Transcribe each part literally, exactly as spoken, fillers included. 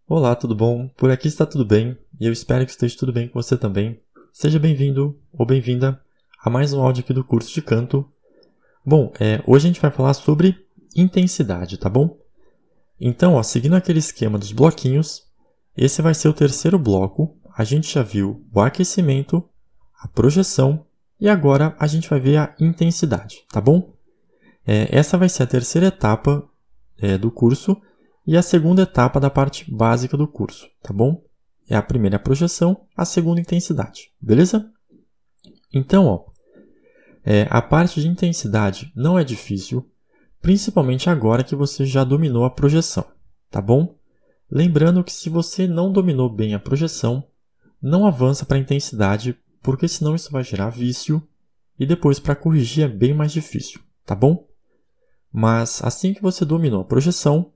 Olá, tudo bom? Por aqui está tudo bem e eu espero que esteja tudo bem com você também. Seja bem-vindo ou bem-vinda a mais um áudio aqui do curso de canto. Bom, é, hoje a gente vai falar sobre intensidade, tá bom? Então, ó, seguindo aquele esquema dos bloquinhos, esse vai ser o terceiro bloco. A gente já viu o aquecimento, a projeção e agora a gente vai ver a intensidade, tá bom? É, essa vai ser a terceira etapa é, do curso e a segunda etapa da parte básica do curso, tá bom? É a primeira a projeção, a segunda intensidade, beleza? Então, ó, é, a parte de intensidade não é difícil, principalmente agora que você já dominou a projeção, tá bom? Lembrando que se você não dominou bem a projeção, não avança para a intensidade, porque senão isso vai gerar vício e depois para corrigir é bem mais difícil, tá bom? Mas assim que você dominou a projeção,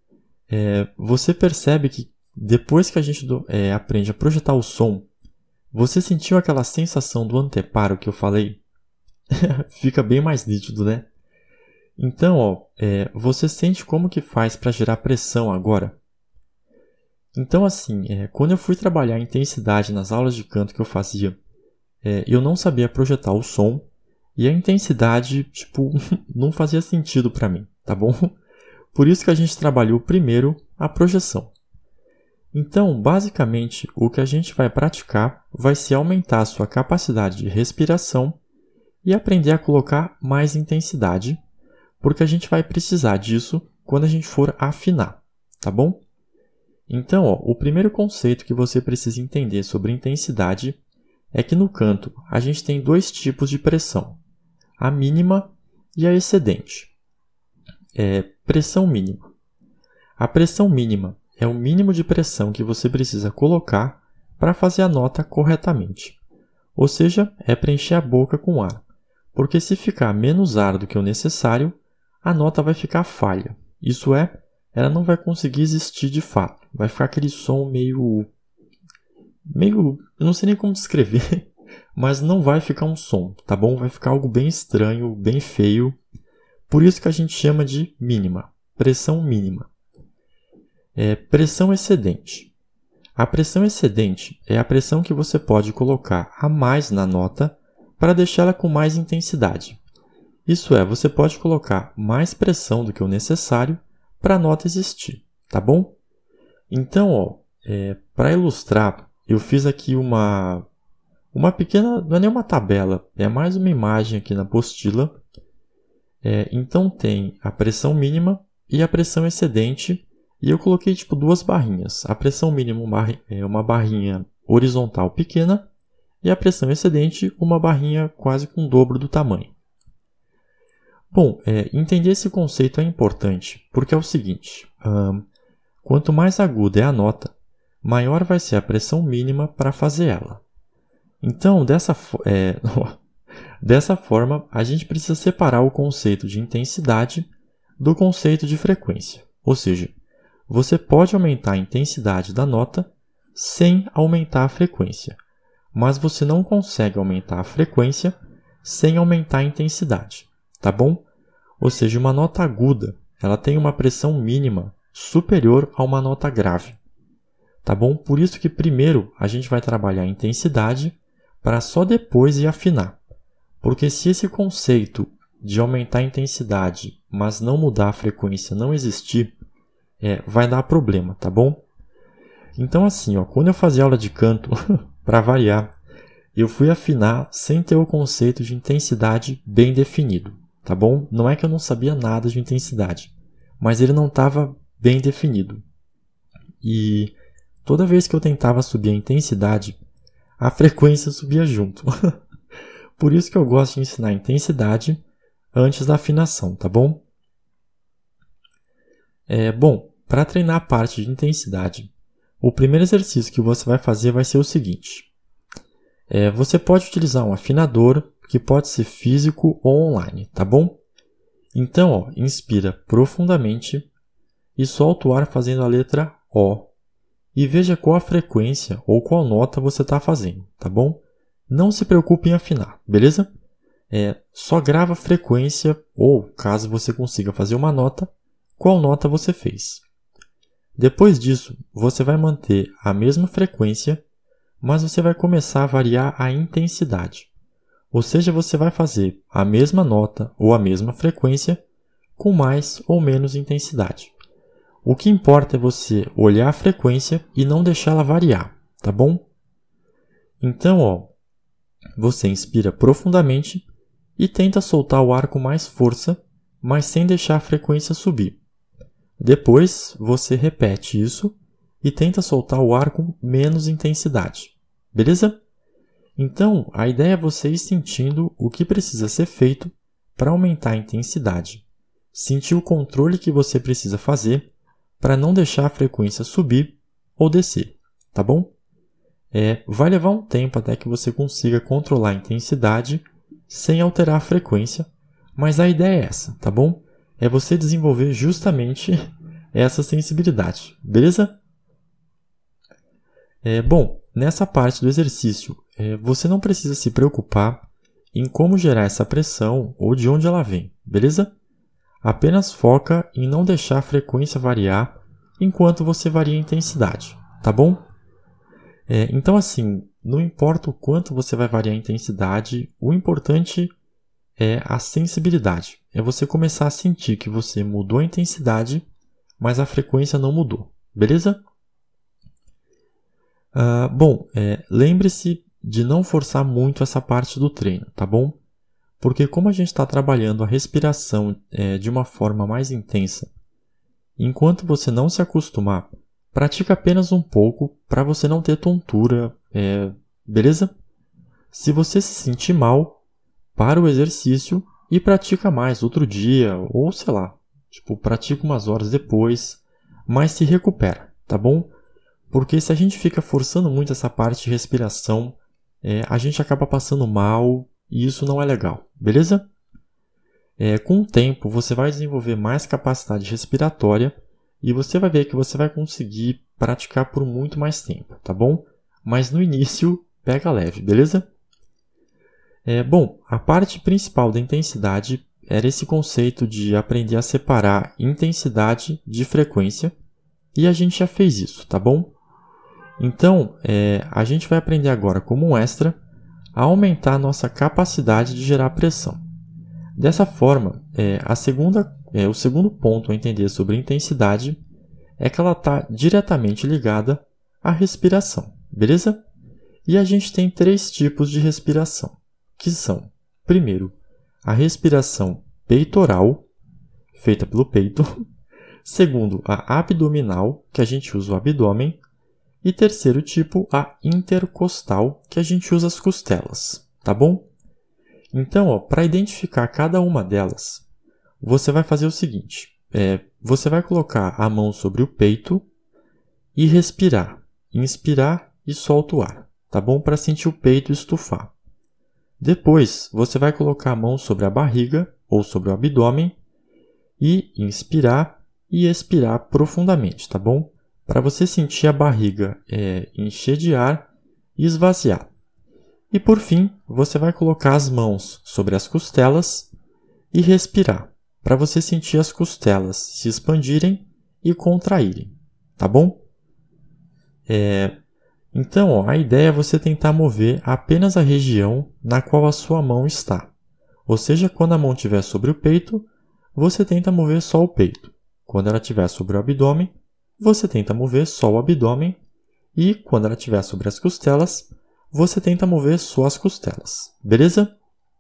é, você percebe que depois que a gente do, é, aprende a projetar o som, você sentiu aquela sensação do anteparo que eu falei? Fica bem mais nítido, né? Então, ó, é, você sente como que faz para gerar pressão agora? Então, assim, é, quando eu fui trabalhar a intensidade nas aulas de canto que eu fazia, é, eu não sabia projetar o som e a intensidade, tipo, não fazia sentido para mim, tá bom? Por isso que a gente trabalhou primeiro a projeção. Então, basicamente, o que a gente vai praticar vai ser aumentar a sua capacidade de respiração e aprender a colocar mais intensidade, porque a gente vai precisar disso quando a gente for afinar, tá bom? Então, ó, o primeiro conceito que você precisa entender sobre intensidade é que no canto a gente tem dois tipos de pressão, a mínima e a excedente. É, pressão mínima. A pressão mínima é o mínimo de pressão que você precisa colocar para fazer a nota corretamente. Ou seja, é preencher a boca com ar. Porque se ficar menos ar do que o necessário, a nota vai ficar falha. Isso é, ela não vai conseguir existir de fato. Vai ficar aquele som meio... meio... eu não sei nem como descrever, mas não vai ficar um som, tá bom? Vai ficar algo bem estranho, bem feio. Por isso que a gente chama de mínima, pressão mínima. É, pressão excedente. A pressão excedente é a pressão que você pode colocar a mais na nota para deixá-la com mais intensidade. Isso é, você pode colocar mais pressão do que o necessário para a nota existir, tá bom? Então, ó, é, para ilustrar, eu fiz aqui uma, uma pequena, não é nem uma tabela, é mais uma imagem aqui na apostila. É, então tem a pressão mínima e a pressão excedente e eu coloquei tipo duas barrinhas. A pressão mínima é uma barrinha horizontal pequena e a pressão excedente uma barrinha quase com o dobro do tamanho. Bom, é, entender esse conceito é importante porque é o seguinte, hum, quanto mais aguda é a nota, maior vai ser a pressão mínima para fazer ela. Então, dessa é, Dessa forma, a gente precisa separar o conceito de intensidade do conceito de frequência. Ou seja, você pode aumentar a intensidade da nota sem aumentar a frequência, mas você não consegue aumentar a frequência sem aumentar a intensidade, tá bom? Ou seja, uma nota aguda, ela tem uma pressão mínima superior a uma nota grave, tá bom? Por isso que primeiro a gente vai trabalhar a intensidade para só depois ir afinar. Porque se esse conceito de aumentar a intensidade, mas não mudar a frequência não existir, é, vai dar problema, tá bom? Então assim, ó, quando eu fazia aula de canto, para variar, eu fui afinar sem ter o conceito de intensidade bem definido, tá bom? Não é que eu não sabia nada de intensidade, mas ele não estava bem definido. E toda vez que eu tentava subir a intensidade, a frequência subia junto. Por isso que eu gosto de ensinar a intensidade antes da afinação, tá bom? É, bom, para treinar a parte de intensidade, o primeiro exercício que você vai fazer vai ser o seguinte. É, você pode utilizar um afinador, que pode ser físico ou online, tá bom? Então, ó, inspira profundamente e solta o ar fazendo a letra O. E veja qual a frequência ou qual nota você está fazendo, tá bom? Não se preocupe em afinar, beleza? É, só grava a frequência ou, caso você consiga fazer uma nota, qual nota você fez. Depois disso, você vai manter a mesma frequência, mas você vai começar a variar a intensidade. Ou seja, você vai fazer a mesma nota ou a mesma frequência com mais ou menos intensidade. O que importa é você olhar a frequência e não deixá-la variar, tá bom? Então, ó, você inspira profundamente e tenta soltar o ar com mais força, mas sem deixar a frequência subir. Depois, você repete isso e tenta soltar o ar com menos intensidade. Beleza? Então, a ideia é você ir sentindo o que precisa ser feito para aumentar a intensidade. Sentir o controle que você precisa fazer para não deixar a frequência subir ou descer, tá bom? É, vai levar um tempo até que você consiga controlar a intensidade sem alterar a frequência, mas a ideia é essa, tá bom? É você desenvolver justamente essa sensibilidade, beleza? É, bom, nessa parte do exercício, é, você não precisa se preocupar em como gerar essa pressão ou de onde ela vem, beleza? Apenas foca em não deixar a frequência variar enquanto você varia a intensidade, tá bom? É, então assim, não importa o quanto você vai variar a intensidade, o importante é a sensibilidade. É você começar a sentir que você mudou a intensidade, mas a frequência não mudou, beleza? Uh, bom, é, lembre-se de não forçar muito essa parte do treino, tá bom? Porque como a gente está trabalhando a respiração é, de uma forma mais intensa, enquanto você não se acostumar, pratica apenas um pouco para você não ter tontura, é, beleza? Se você se sentir mal, para o exercício e pratica mais outro dia, ou sei lá, tipo, pratica umas horas depois, mas se recupera, tá bom? Porque se a gente fica forçando muito essa parte de respiração, é, a gente acaba passando mal e isso não é legal, beleza? É, com o tempo, você vai desenvolver mais capacidade respiratória e você vai ver que você vai conseguir praticar por muito mais tempo, tá bom? Mas no início, pega leve, beleza? É, bom, a parte principal da intensidade era esse conceito de aprender a separar intensidade de frequência e a gente já fez isso, tá bom? Então, é, a gente vai aprender agora como um extra a aumentar a nossa capacidade de gerar pressão. Dessa forma, é, a segunda, é, o segundo ponto a entender sobre intensidade é que ela está diretamente ligada à respiração, beleza? E a gente tem três tipos de respiração, que são, primeiro, a respiração peitoral, feita pelo peito, segundo, a abdominal, que a gente usa o abdômen, e terceiro tipo, a intercostal, que a gente usa as costelas, tá bom? Então, para identificar cada uma delas, você vai fazer o seguinte, é, você vai colocar a mão sobre o peito e respirar, inspirar e solta o ar, tá bom? Para sentir o peito estufar. Depois, você vai colocar a mão sobre a barriga ou sobre o abdômen e inspirar e expirar profundamente, tá bom? Para você sentir a barriga é, encher de ar e esvaziar. E por fim, você vai colocar as mãos sobre as costelas e respirar, para você sentir as costelas se expandirem e contraírem, tá bom? É, então, ó, a ideia é você tentar mover apenas a região na qual a sua mão está. Ou seja, quando a mão estiver sobre o peito, você tenta mover só o peito. Quando ela estiver sobre o abdômen, você tenta mover só o abdômen. E quando ela estiver sobre as costelas, você tenta mover só as costelas. Beleza?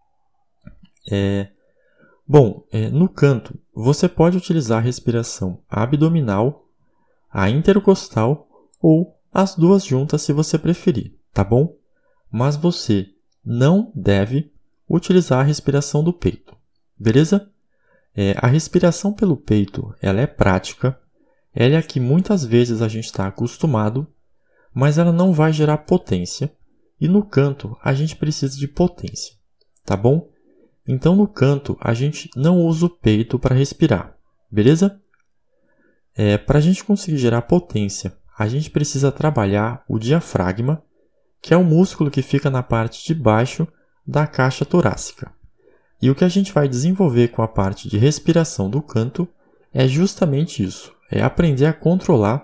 É... Bom, é, no canto, você pode utilizar a respiração abdominal, a intercostal ou as duas juntas se você preferir, tá bom? Mas você não deve utilizar a respiração do peito, beleza? É, a respiração pelo peito, ela é prática, ela é a que muitas vezes a gente está acostumado, mas ela não vai gerar potência, e no canto a gente precisa de potência, tá bom? Então no canto a gente não usa o peito para respirar, beleza? É, para a gente conseguir gerar potência, a gente precisa trabalhar o diafragma, que é o músculo que fica na parte de baixo da caixa torácica. E o que a gente vai desenvolver com a parte de respiração do canto é justamente isso, é aprender a controlar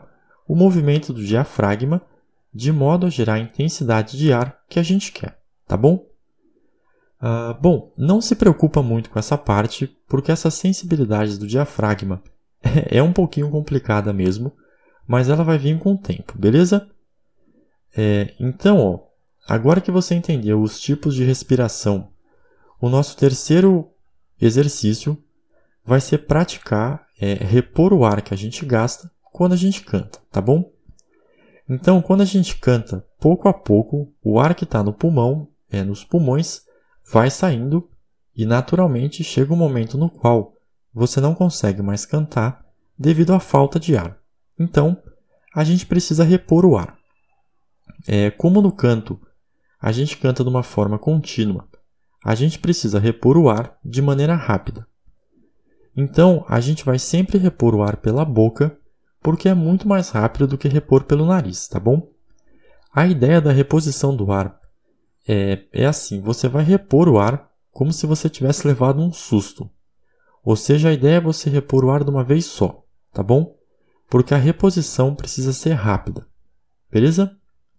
o movimento do diafragma de modo a gerar a intensidade de ar que a gente quer, tá bom? Uh, bom, não se preocupa muito com essa parte, porque essa sensibilidade do diafragma é um pouquinho complicada mesmo, mas ela vai vir com o tempo, beleza? É, então, ó, agora que você entendeu os tipos de respiração, o nosso terceiro exercício vai ser praticar, é, repor o ar que a gente gasta quando a gente canta, tá bom? Então, quando a gente canta, pouco a pouco, o ar que está no pulmão, é, nos pulmões, vai saindo e, naturalmente, chega um momento no qual você não consegue mais cantar devido à falta de ar. Então, a gente precisa repor o ar. É, como no canto, a gente canta de uma forma contínua, a gente precisa repor o ar de maneira rápida. Então, a gente vai sempre repor o ar pela boca, porque é muito mais rápido do que repor pelo nariz, tá bom? A ideia da reposição do ar é, é assim, você vai repor o ar como se você tivesse levado um susto. Ou seja, a ideia é você repor o ar de uma vez só, tá bom? Porque a reposição precisa ser rápida, beleza?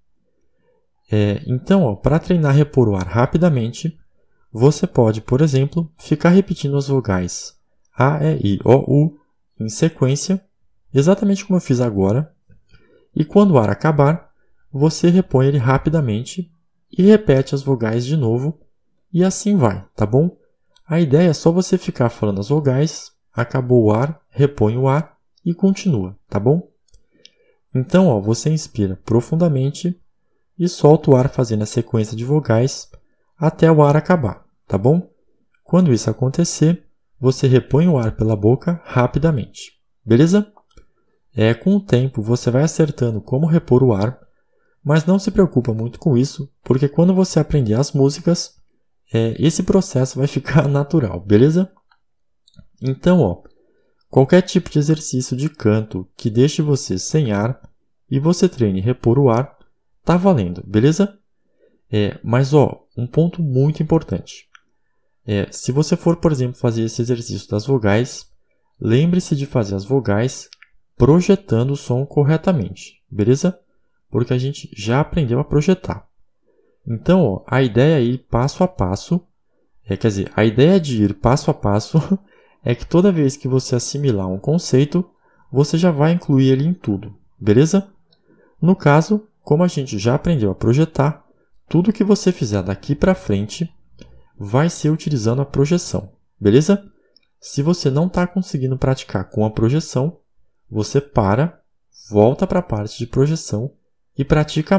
É, então, para treinar repor o ar rapidamente, você pode, por exemplo, ficar repetindo as vogais A, E, I, O, U em sequência, exatamente como eu fiz agora, e quando o ar acabar, você repõe ele rapidamente e repete as vogais de novo, e assim vai, tá bom? A ideia é só você ficar falando as vogais, acabou o ar, repõe o ar e continua, tá bom? Então, ó, você inspira profundamente e solta o ar fazendo a sequência de vogais até o ar acabar, tá bom? Quando isso acontecer, você repõe o ar pela boca rapidamente, beleza? É, com o tempo, você vai acertando como repor o ar, mas não se preocupa muito com isso, porque quando você aprender as músicas, é, esse processo vai ficar natural, beleza? Então, ó, qualquer tipo de exercício de canto que deixe você sem ar e você treine repor o ar, tá valendo, beleza? É, mas, ó, um ponto muito importante. É, se você for, por exemplo, fazer esse exercício das vogais, lembre-se de fazer as vogais projetando o som corretamente, beleza? Porque a gente já aprendeu a projetar. Então, ó, a ideia é ir passo a passo, é, quer dizer, a ideia de ir passo a passo é que toda vez que você assimilar um conceito, você já vai incluir ele em tudo, beleza? No caso, como a gente já aprendeu a projetar, tudo que você fizer daqui para frente vai ser utilizando a projeção, beleza? Se você não está conseguindo praticar com a projeção, você para, volta para a parte de projeção e pratica